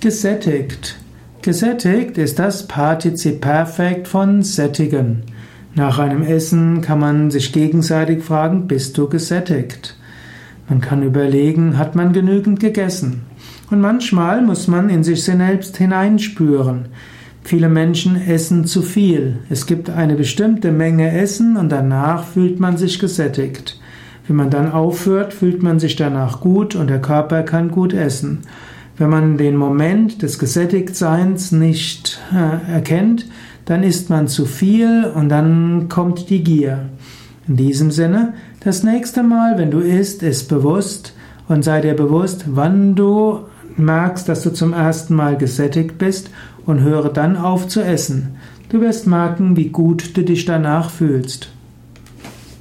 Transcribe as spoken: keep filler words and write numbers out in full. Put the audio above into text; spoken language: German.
Gesättigt. Gesättigt ist das Partizipperfekt von sättigen. Nach einem Essen kann man sich gegenseitig fragen, bist du gesättigt? Man kann überlegen, hat man genügend gegessen? Und manchmal muss man in sich selbst hineinspüren. Viele Menschen essen zu viel. Es gibt eine bestimmte Menge Essen und danach fühlt man sich gesättigt. Wenn man dann aufhört, fühlt man sich danach gut und der Körper kann gut essen. Wenn man den Moment des Gesättigtseins nicht äh, erkennt, dann isst man zu viel und dann kommt die Gier. In diesem Sinne, das nächste Mal, wenn du isst, iss bewusst und sei dir bewusst, wann du merkst, dass du zum ersten Mal gesättigt bist und höre dann auf zu essen. Du wirst merken, wie gut du dich danach fühlst.